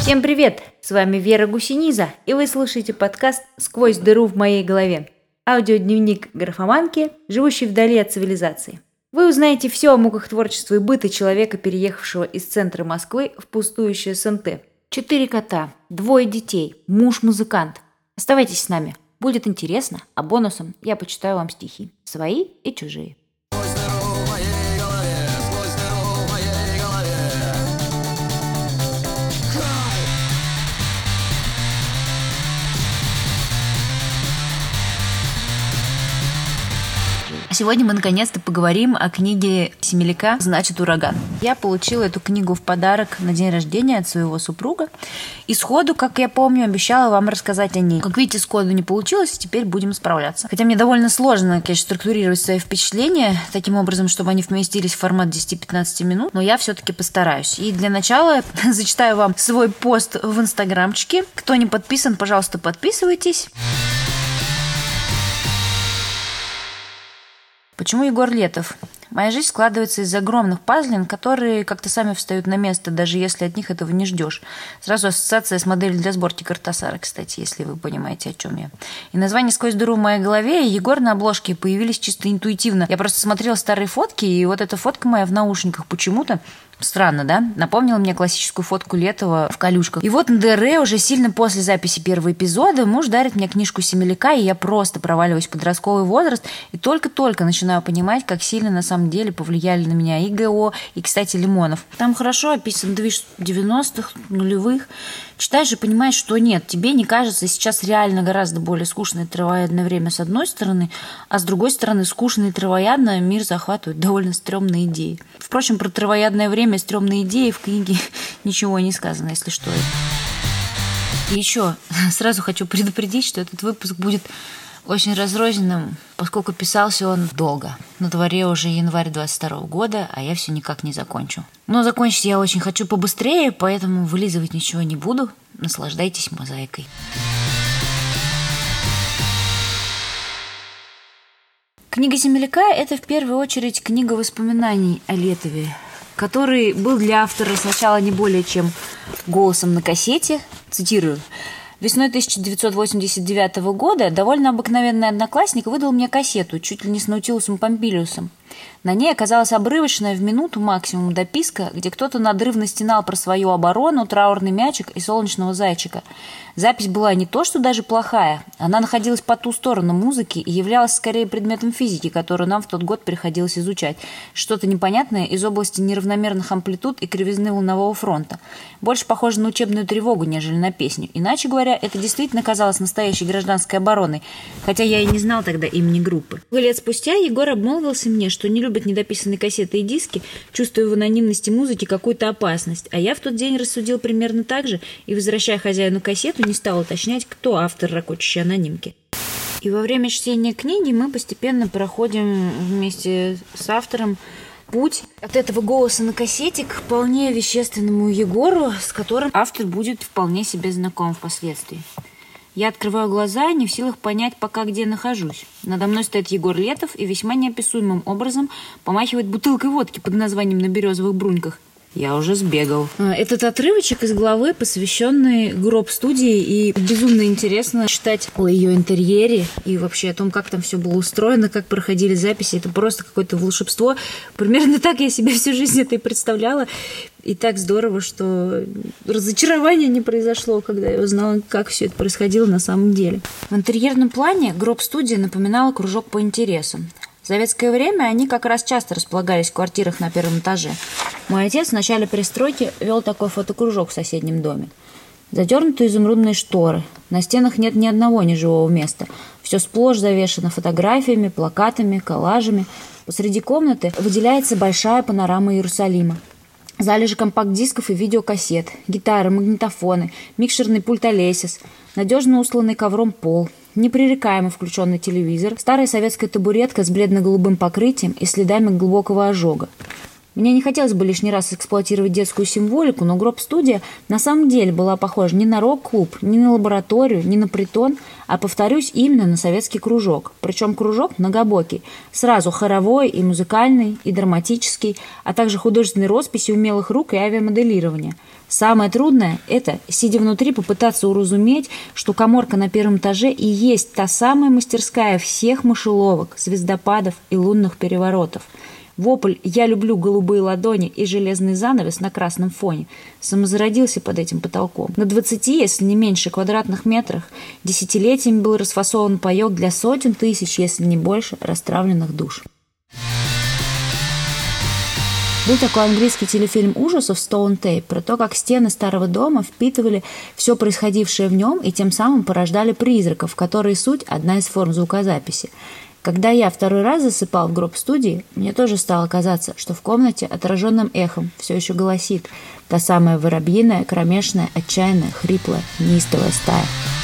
Всем привет! С вами Вера Гусениза, и вы слушаете подкаст «Сквозь дыру в моей голове» – аудиодневник графоманки, живущей вдали от цивилизации. Вы узнаете все о муках творчества и быта человека, переехавшего из центра Москвы в пустующее СНТ. 4 кота, 2 детей, муж-музыкант. Оставайтесь с нами, будет интересно, а бонусом я почитаю вам стихи, свои и чужие. Сегодня мы наконец-то поговорим о книге Семеляка «Значит, ураган». Я получила эту книгу в подарок на день рождения от своего супруга. И сходу, как я помню, обещала вам рассказать о ней. Как видите, сходу не получилось, теперь будем справляться. Хотя мне довольно сложно, конечно, структурировать свои впечатления таким образом, чтобы они вместились в формат 10-15 минут, но я все-таки постараюсь. И для начала зачитаю вам свой пост в инстаграмчике. Кто не подписан, пожалуйста, подписывайтесь. Почему Егор Летов? Моя жизнь складывается из огромных пазлин, которые как-то сами встают на место, даже если от них этого не ждешь. Сразу ассоциация с моделью для сборки Картасара, кстати, если вы понимаете, о чем я. И название «Сквозь дыру в моей голове» и Егор на обложке появились чисто интуитивно. Я просто смотрела старые фотки, и вот эта фотка моя в наушниках почему-то, странно, да? Напомнила мне классическую фотку Летова в колючках. И вот на ДР уже сильно после записи первого эпизода муж дарит мне книжку Семеляка, и я просто проваливаюсь в подростковый возраст и только-только начинаю понимать, как сильно на самом деле повлияли на меня и ГО, и, кстати, Лимонов. Там хорошо описан движ 90-х, нулевых. Читаешь и понимаешь, что нет, тебе не кажется сейчас реально гораздо более скучное травоядное время с одной стороны, а с другой стороны скучно и травоядно мир захватывают довольно стрёмные идеи. Впрочем, про травоядное время и стрёмные идеи в книге ничего не сказано, если что. И еще сразу хочу предупредить, что этот выпуск будет очень разрозненным, поскольку писался он долго. На дворе уже январь 22 года, а я все никак не закончу. Но закончить я очень хочу побыстрее, поэтому вылизывать ничего не буду. Наслаждайтесь мозаикой. Книга Семеляка – это в первую очередь книга воспоминаний о Летове, который был для автора сначала не более чем голосом на кассете, цитирую: «Весной 1989 года довольно обыкновенный одноклассник выдал мне кассету, чуть ли не с Наутилусом Помпилиусом. На ней оказалась обрывочная в минуту максимум дописка, где кто-то надрывно стенал про свою оборону, траурный мячик и солнечного зайчика. Запись была не то что даже плохая, она находилась по ту сторону музыки и являлась скорее предметом физики, которую нам в тот год приходилось изучать. Что-то непонятное из области неравномерных амплитуд и кривизны волнового фронта. Больше похоже на учебную тревогу, нежели на песню. Иначе говоря, это действительно казалось настоящей гражданской обороной, хотя я и не знал тогда имени группы». Много лет спустя Егор обмолвился мне, что не любит недописанные кассеты и диски, чувствуя в анонимности музыки какую-то опасность. А я в тот день рассудил примерно так же и, возвращая хозяину кассету, не стал уточнять, кто автор ракочущей анонимки. И во время чтения книги мы постепенно проходим вместе с автором путь от этого голоса на кассете к вполне вещественному Егору, с которым автор будет вполне себе знаком впоследствии. Я открываю глаза, не в силах понять пока, где нахожусь. Надо мной стоит Егор Летов и весьма неописуемым образом помахивает бутылкой водки под названием «На березовых бруньках». Я уже сбегал. Этот отрывочек из главы, посвященный гроб-студии, и безумно интересно читать о ее интерьере и вообще о том, как там все было устроено, как проходили записи. Это просто какое-то волшебство. Примерно так я себе всю жизнь это и представляла. И так здорово, что разочарование не произошло, когда я узнала, как все это происходило на самом деле. В интерьерном плане гроб-студия напоминала кружок по интересам. В советское время они как раз часто располагались в квартирах на первом этаже. Мой отец в начале перестройки вел такой фотокружок в соседнем доме. Задернуты изумрудные шторы. На стенах нет ни одного неживого места. Все сплошь завешено фотографиями, плакатами, коллажами. Посреди комнаты выделяется большая панорама Иерусалима. Залежи компакт-дисков и видеокассет, гитары, магнитофоны, микшерный пульт Алесис, надежно устланный ковром пол, непререкаемо включенный телевизор, старая советская табуретка с бледно-голубым покрытием и следами глубокого ожога. Мне не хотелось бы лишний раз эксплуатировать детскую символику, но гроб-студия на самом деле была похожа не на рок-клуб, не на лабораторию, не на притон, а, повторюсь, именно на советский кружок. Причем кружок многобокий. Сразу хоровой и музыкальный, и драматический, а также художественной росписи умелых рук и авиамоделирования. Самое трудное – это, сидя внутри, попытаться уразуметь, что каморка на первом этаже и есть та самая мастерская всех мышеловок, звездопадов и лунных переворотов. Вопль «Я люблю голубые ладони» и железный занавес на красном фоне самозародился под этим потолком. На 20, если не меньше, квадратных метрах десятилетиями был расфасован паёк для сотен тысяч, если не больше, расстравленных душ. Был такой английский телефильм ужасов «Stone Tape» про то, как стены старого дома впитывали все происходившее в нем и тем самым порождали призраков, которые суть – одна из форм звукозаписи. Когда я второй раз засыпал в гроб студии, мне тоже стало казаться, что в комнате отраженным эхом все еще голосит та самая воробьиная, кромешная, отчаянная, хриплая, неистовая стая.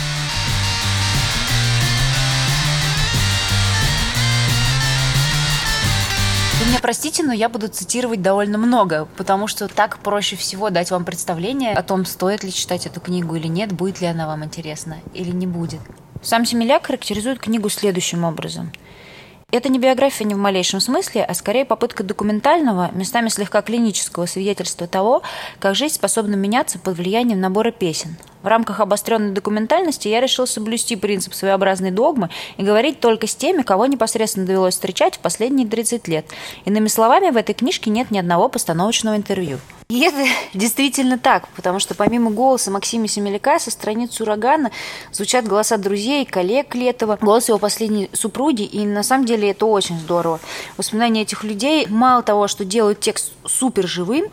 Вы меня простите, но я буду цитировать довольно много, потому что так проще всего дать вам представление о том, стоит ли читать эту книгу или нет, будет ли она вам интересна или не будет. Сам Семеляк характеризует книгу следующим образом. Это не биография ни в малейшем смысле, а скорее попытка документального, местами слегка клинического свидетельства того, как жизнь способна меняться под влиянием набора песен. В рамках обостренной документальности я решил соблюсти принцип своеобразной догмы и говорить только с теми, кого непосредственно довелось встречать в последние 30 лет. Иными словами, в этой книжке нет ни одного постановочного интервью. И это действительно так, потому что помимо голоса Максима Семеляка со страниц «Урагана» звучат голоса друзей, коллег Летова, голос его последней супруги, и на самом деле это очень здорово. Воспоминания этих людей мало того, что делают текст супер живым,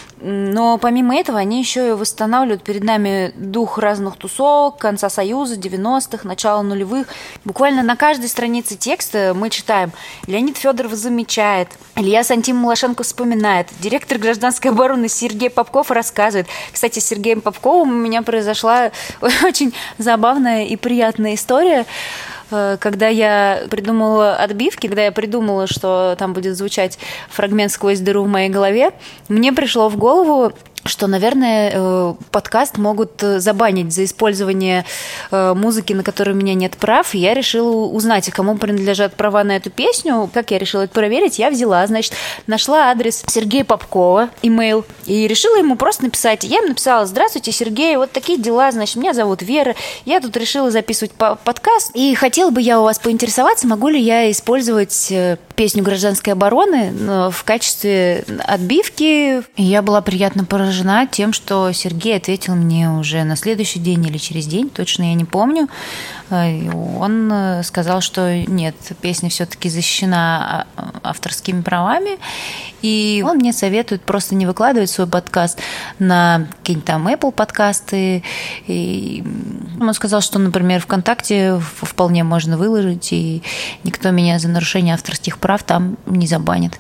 но помимо этого они еще и восстанавливают перед нами дух разных тусовок, конца Союза, 90-х, начала нулевых. Буквально на каждой странице текста мы читаем: Леонид Федоров замечает, Илья Сантим Малашенко вспоминает, директор гражданской обороны Сергей Попков рассказывает. Кстати, с Сергеем Попковым у меня произошла очень забавная и приятная история. Когда я придумала отбивки, когда я придумала, что там будет звучать фрагмент «Сквозь дыру в моей голове», мне пришло в голову, что, наверное, подкаст могут забанить за использование музыки, на которую у меня нет прав. И я решила узнать, кому принадлежат права на эту песню. Как я решила это проверить? Я взяла, значит, нашла адрес Сергея Попкова, имейл, и решила ему просто написать. Я ему написала: «Здравствуйте, Сергей, вот такие дела, значит, меня зовут Вера, я тут решила записывать подкаст, и хотела бы я у вас поинтересоваться, могу ли я использовать песню «Гражданской обороны» в качестве отбивки». И я была приятно поражена тем, что Сергей ответил мне уже на следующий день или через день, точно я не помню. Он сказал, что нет, песня все-таки защищена авторскими правами, и он мне советует просто не выкладывать свой подкаст на какие-нибудь там Apple подкасты. И он сказал, что, например, ВКонтакте вполне можно выложить, и никто меня за нарушение авторских прав там не забанит.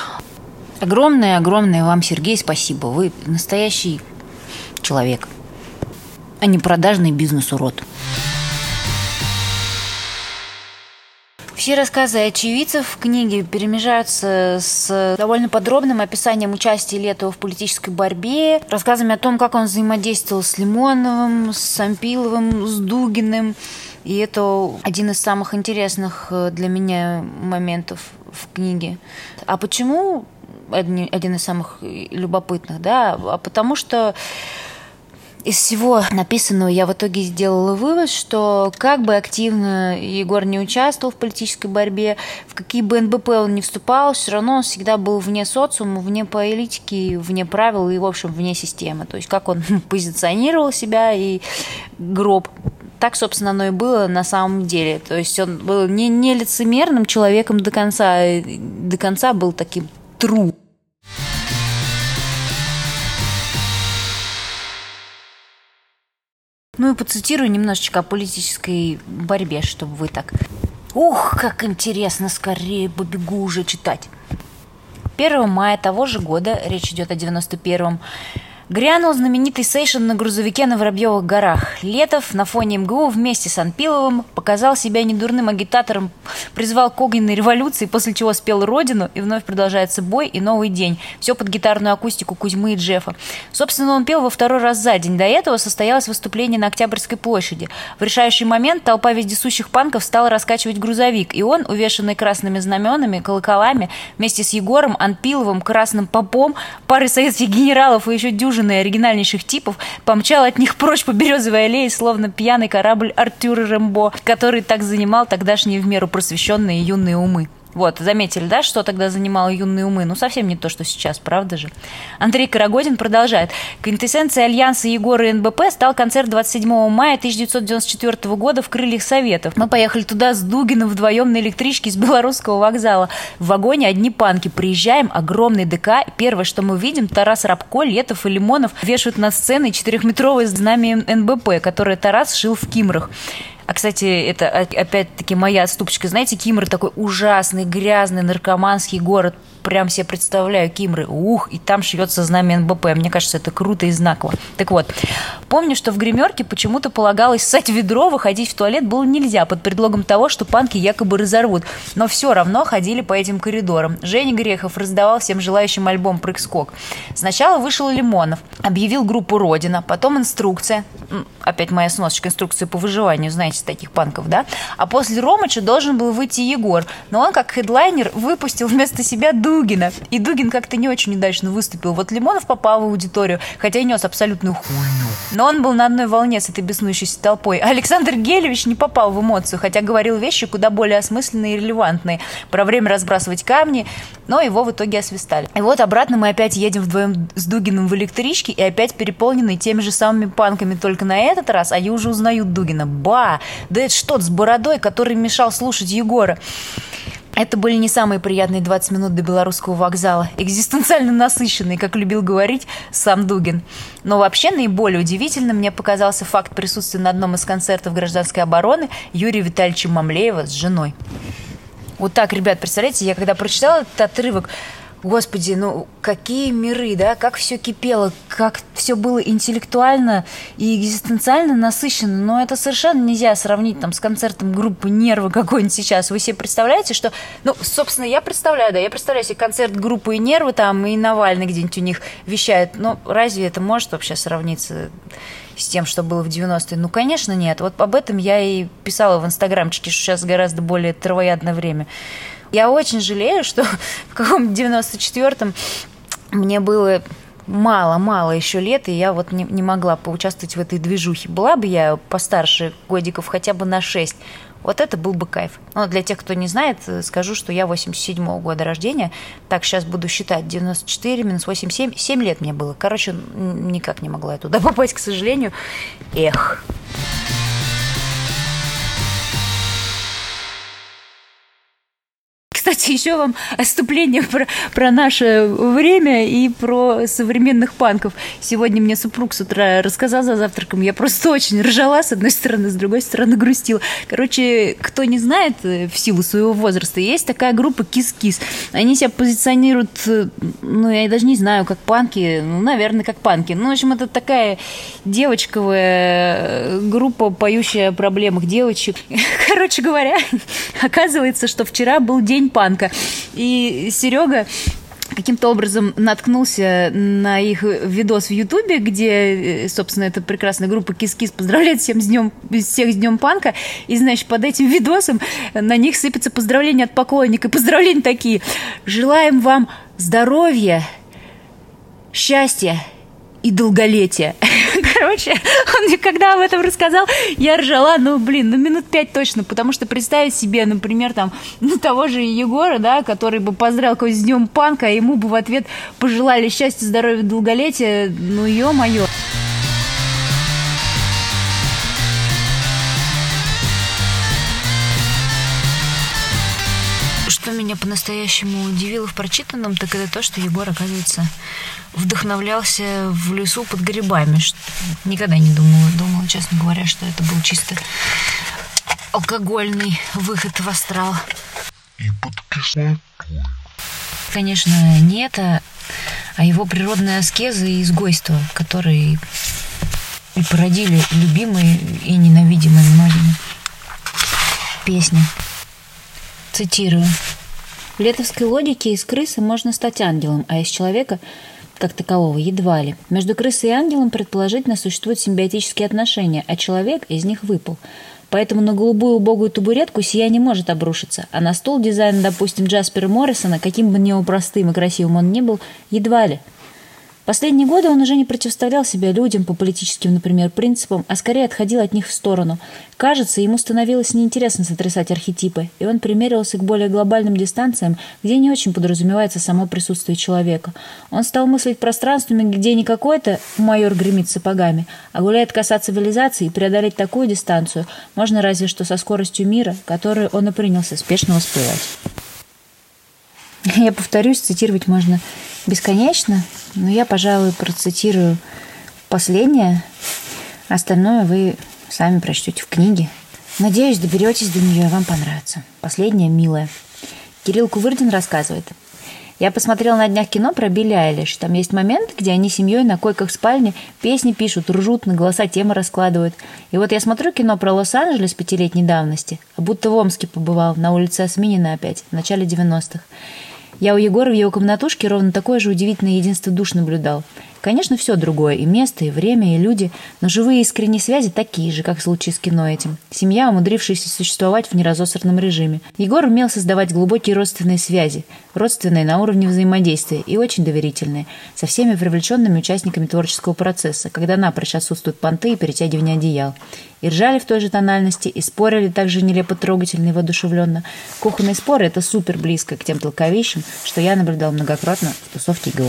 Огромное вам, Сергей, спасибо. Вы настоящий человек, а не продажный бизнес-урод. Все рассказы очевидцев в книге перемежаются с довольно подробным описанием участия Летова в политической борьбе, рассказами о том, как он взаимодействовал с Лимоновым, с Сампиловым, с Дугиным. И это один из самых интересных для меня моментов в книге. А почему один из самых любопытных? Да, а потому что из всего написанного я в итоге сделала вывод, что как бы активно Егор не участвовал в политической борьбе, в какие бы НБП он не вступал, все равно он всегда был вне социума, вне политики, вне правил и, в общем, вне системы. То есть как он позиционировал себя и гроб, так, собственно, оно и было на самом деле. То есть он был не лицемерным человеком до конца был таким true. Ну и поцитирую немножечко о политической борьбе, чтобы вы так... Ух, как интересно, скорее побегу уже читать. 1 мая того же года, речь идет о 91-м, Грянул знаменитый сейшн на грузовике на Воробьевых горах. Летов на фоне МГУ вместе с Анпиловым показал себя недурным агитатором, призвал к огненной революции, после чего спел «Родину», и вновь продолжается бой и новый день. Все под гитарную акустику Кузьмы и Джеффа. Собственно, он пел во второй раз за день. До этого состоялось выступление на Октябрьской площади. В решающий момент толпа вездесущих панков стала раскачивать грузовик, и он, увешанный красными знаменами, колоколами, вместе с Егором, Анпиловым, Красным Попом, парой советских генералов и еще дюжиной оригинальнейших типов, помчал от них прочь по Березовой аллее, словно пьяный корабль Артюра Рембо, который так занимал тогдашние в меру просвещенные юные умы. Вот, заметили, да, что тогда занимало юные умы? Ну, совсем не то, что сейчас, правда же? Андрей Карагодин продолжает. Квинтэссенцией альянса Егора и НБП стал концерт 27 мая 1994 года в Крыльях Советов. Мы поехали туда с Дугиным вдвоем на электричке с Белорусского вокзала. В вагоне одни панки. Приезжаем, огромный ДК. Первое, что мы видим, Тарас Рабко, Летов и Лимонов вешают над сценой 4-метровое знамя НБП, которое Тарас шил в Кимрах. А, кстати, это опять-таки моя отступочка. Знаете, Кимры такой ужасный, грязный, наркоманский город. Прям себе представляю Кимры. Ух, и там шьется знамя НБП. Мне кажется, это круто и знаково. Так вот, помню, что в гримерке почему-то полагалось ссать в ведро, выходить в туалет было нельзя, под предлогом того, что панки якобы разорвут. Но все равно ходили по этим коридорам. Женя Грехов раздавал всем желающим альбом «Прыг-скок». Сначала вышел Лимонов, объявил группу «Родина», потом инструкция. Опять моя сносочка, инструкция по выживанию, знаете, таких панков, да? А после Ромыча должен был выйти Егор. Но он, как хедлайнер, выпустил вместо себя Дугина. И Дугин как-то не очень удачно выступил. Вот Лимонов попал в аудиторию, хотя и нес абсолютную хуйню. Но он был на одной волне с этой беснующейся толпой. Александр Гелевич не попал в эмоцию, хотя говорил вещи куда более осмысленные и релевантные. Про время разбрасывать камни, но его в итоге освистали. И вот обратно мы опять едем вдвоем с Дугиным в электричке и опять переполненные теми же самыми панками, только на этот раз они уже узнают Дугина. Ба! Да это что-то с бородой, который мешал слушать Егора. Это были не самые приятные 20 минут до Белорусского вокзала, экзистенциально насыщенные, как любил говорить сам Дугин. Но вообще наиболее удивительным мне показался факт присутствия на одном из концертов гражданской обороны Юрия Витальевича Мамлеева с женой. Вот так, ребят, представляете, я когда прочитала этот отрывок, господи, ну какие миры, да, как все кипело, как все было интеллектуально и экзистенциально насыщенно, но это совершенно нельзя сравнить там с концертом группы «Нервы» какой-нибудь сейчас. Вы себе представляете, что, ну, собственно, я представляю себе концерт группы «Нервы» там и Навальный где-нибудь у них вещает, но разве это может вообще сравниться с тем, что было в 90-е? Ну, конечно, нет. Вот об этом я и писала в инстаграмчике, что сейчас гораздо более травоядное время. Я очень жалею, что в каком-то 94-м мне было мало еще лет, и я вот не могла поучаствовать в этой движухе. Была бы я постарше годиков хотя бы на 6, вот это был бы кайф. Но для тех, кто не знает, скажу, что я 87-го года рождения. Так, сейчас буду считать. 94 минус 87. 7 лет мне было. Короче, никак не могла я туда попасть, к сожалению. Эх. Кстати, еще вам отступление про наше время и про современных панков. Сегодня мне супруг с утра рассказал за завтраком. Я просто очень ржала, с одной стороны, с другой стороны грустила. Короче, кто не знает, в силу своего возраста, есть такая группа «Кис-Кис». Они себя позиционируют, ну, я даже не знаю, как панки. Ну, наверное, как панки. Ну, в общем, это такая девочковая группа, поющая о проблемах девочек. Короче говоря, оказывается, что вчера был день панка. И Серега каким-то образом наткнулся на их видос в Ютубе, где, собственно, эта прекрасная группа «Кис-Кис» поздравляет всех с Днем панка. И, значит, под этим видосом на них сыпятся поздравления от поклонника. И поздравления такие: желаем вам здоровья, счастья и долголетия. Короче, он мне когда об этом рассказал, я ржала, минут 5 точно, потому что представить себе, например, там, того же Егора, да, который бы поздравил кого-нибудь с Днем панка, а ему бы в ответ пожелали счастья, здоровья, долголетия, ну, ё-моё. Что меня по-настоящему удивило в прочитанном, так это то, что Егор, оказывается, вдохновлялся в лесу под грибами. Никогда не думала, честно говоря, что это был чисто алкогольный выход в астрал. И под кислотой. Конечно, не это, а его природные аскезы и изгойство, которые и породили любимые и ненавидимые многими песни. Цитирую. В летовской логике из крысы можно стать ангелом, а из человека, как такового, едва ли. Между крысой и ангелом, предположительно, существуют симбиотические отношения, а человек из них выпал. Поэтому на голубую убогую табуретку сия не может обрушиться, а на стул дизайна, допустим, Джаспера Моррисона, каким бы ни простым и красивым он ни был, едва ли. Последние годы он уже не противоставлял себя людям по политическим, например, принципам, а скорее отходил от них в сторону. Кажется, ему становилось неинтересно сотрясать архетипы, и он примерился к более глобальным дистанциям, где не очень подразумевается само присутствие человека. Он стал мыслить пространствами, где не какой-то майор гремит сапогами, а гуляет коса цивилизации, и преодолеть такую дистанцию можно разве что со скоростью мира, которую он и принялся спешно воспевать. Я повторюсь, цитировать можно бесконечно, но я, пожалуй, процитирую последнее. Остальное вы сами прочтете в книге. Надеюсь, доберетесь до нее, и вам понравится. Последнее милое. Кирилл Кувырдин рассказывает. Я посмотрела на днях кино про Билли Айлиш. Там есть момент, где они семьей на койках спальни песни пишут, ржут, на голоса темы раскладывают. И вот я смотрю кино про Лос-Анджелес 5-летней давности, а будто в Омске побывал, на улице Осминина опять, в начале 90-х. Я у Егора в его комнатушке ровно такое же удивительное единство душ наблюдал. Конечно, все другое, и место, и время, и люди, но живые искренние связи такие же, как в случае с кино этим. Семья, умудрившаяся существовать в неразосранном режиме. Егор умел создавать глубокие родственные связи, родственные на уровне взаимодействия и очень доверительные, со всеми привлеченными участниками творческого процесса, когда напрочь отсутствуют понты и перетягивание одеял. И ржали в той же тональности, и спорили так же нелепо трогательно и воодушевленно. Кухонные споры — это супер близко к тем толковищам, что я наблюдал многократно в тусовке ГО.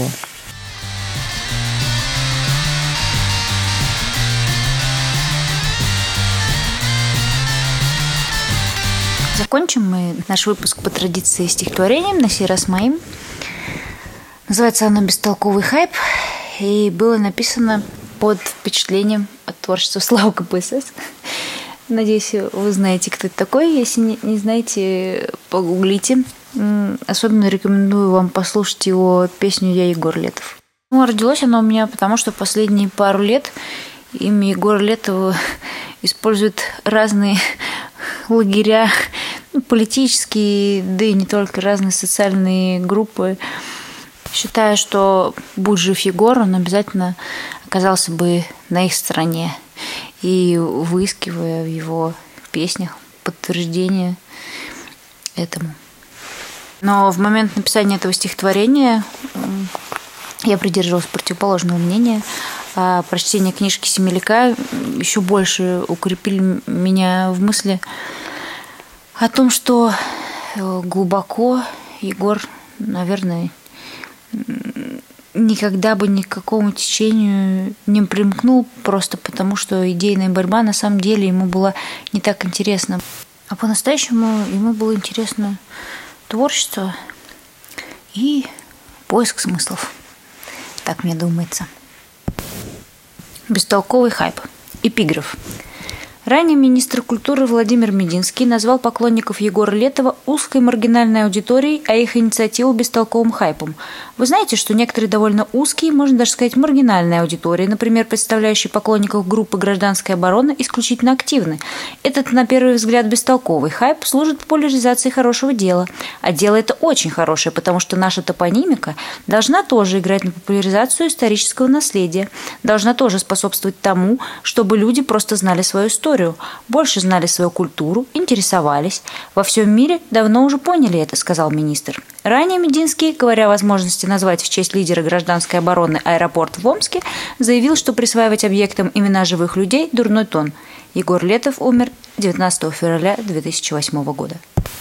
Закончим мы наш выпуск по традиции стихотворением, на сей раз моим. Называется оно «Бестолковый хайп», и было написано под впечатлением от творчества Славы КПСС. Надеюсь, вы знаете, кто это такой. Если не знаете, погуглите. Особенно рекомендую вам послушать его песню «Я Егор Летов». Родилось оно у меня потому, что последние пару лет имя Егора Летова используют разные лагеря, политические, да и не только, разные социальные группы. Считаю, что будь жив Егор, он обязательно оказался бы на их стороне. И выискивая в его песнях подтверждение этому. Но в момент написания этого стихотворения я придерживалась противоположного мнения. А прочтение книжки Семеляка еще больше укрепили меня в мысли о том, что глубоко Егор, наверное, никогда бы ни к какому течению не примкнул, просто потому что идейная борьба на самом деле ему была не так интересна. А по-настоящему ему было интересно творчество и поиск смыслов. Так мне думается. Бестолковый хайп. Эпиграф. Ранее министр культуры Владимир Мединский назвал поклонников Егора Летова узкой маргинальной аудиторией, а их инициативу бестолковым хайпом. Вы знаете, что некоторые довольно узкие, можно даже сказать, маргинальные аудитории, например, представляющие поклонников группы «Гражданская оборона», исключительно активны. Этот, на первый взгляд, бестолковый хайп служит популяризации хорошего дела. А дело это очень хорошее, потому что наша топонимика должна тоже играть на популяризацию исторического наследия, должна тоже способствовать тому, чтобы люди просто знали свою историю, больше знали свою культуру, интересовались. Во всем мире давно уже поняли это, сказал министр. Ранее Мединский, говоря о возможности назвать в честь лидера гражданской обороны аэропорт в Омске, заявил, что присваивать объектам имена живых людей – дурной тон. Егор Летов умер 19 февраля 2008 года.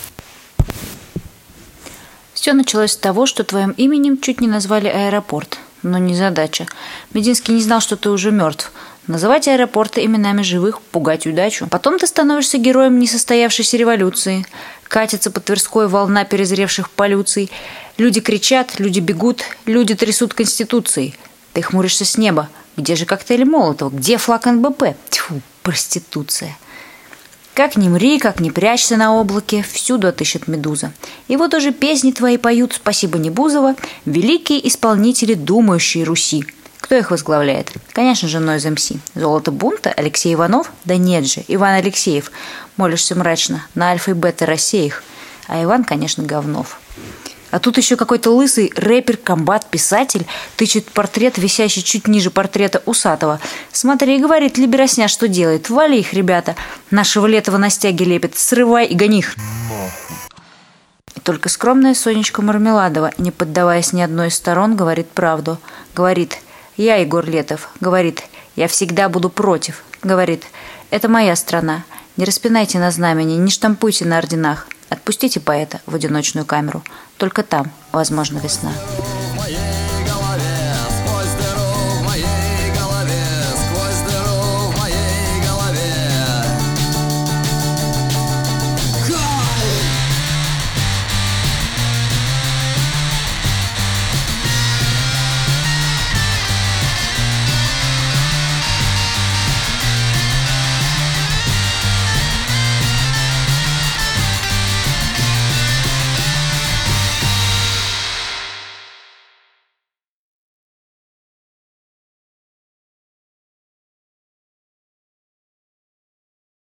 Все началось с того, что твоим именем чуть не назвали аэропорт. Но не задача. Мединский не знал, что ты уже мертв. Называть аэропорты именами живых – пугать удачу. Потом ты становишься героем несостоявшейся революции. Катится по Тверской волна перезревших полюций. Люди кричат, люди бегут, люди трясут Конституцией. Ты хмуришься с неба. Где же коктейли Молотова? Где флаг НБП? Тьфу, проституция. Как ни мри, как ни прячься на облаке, всюду отыщет медуза. И вот уже песни твои поют, спасибо Небузова, великие исполнители, думающие Руси. Кто их возглавляет? Конечно же, Noise MC. Золото бунта? Алексей Иванов? Да нет же, Иван Алексеев. Молишься мрачно, на альфа и бета рассеях. А Иван, конечно, Говнов. А тут еще какой-то лысый рэпер, комбат, писатель тычет портрет, висящий чуть ниже портрета Усатого. «Смотри, — говорит Либерасня, — что делает. Вали их, ребята. Нашего Летова на стяге лепит. Срывай и гони их». И только скромная Сонечка Мармеладова, не поддаваясь ни одной из сторон, говорит правду. Говорит: «Я, Егор Летов». Говорит: «Я всегда буду против». Говорит: «Это моя страна. Не распинайте на знамени, не штампуйте на орденах. Отпустите поэта в одиночную камеру. Только там возможна весна».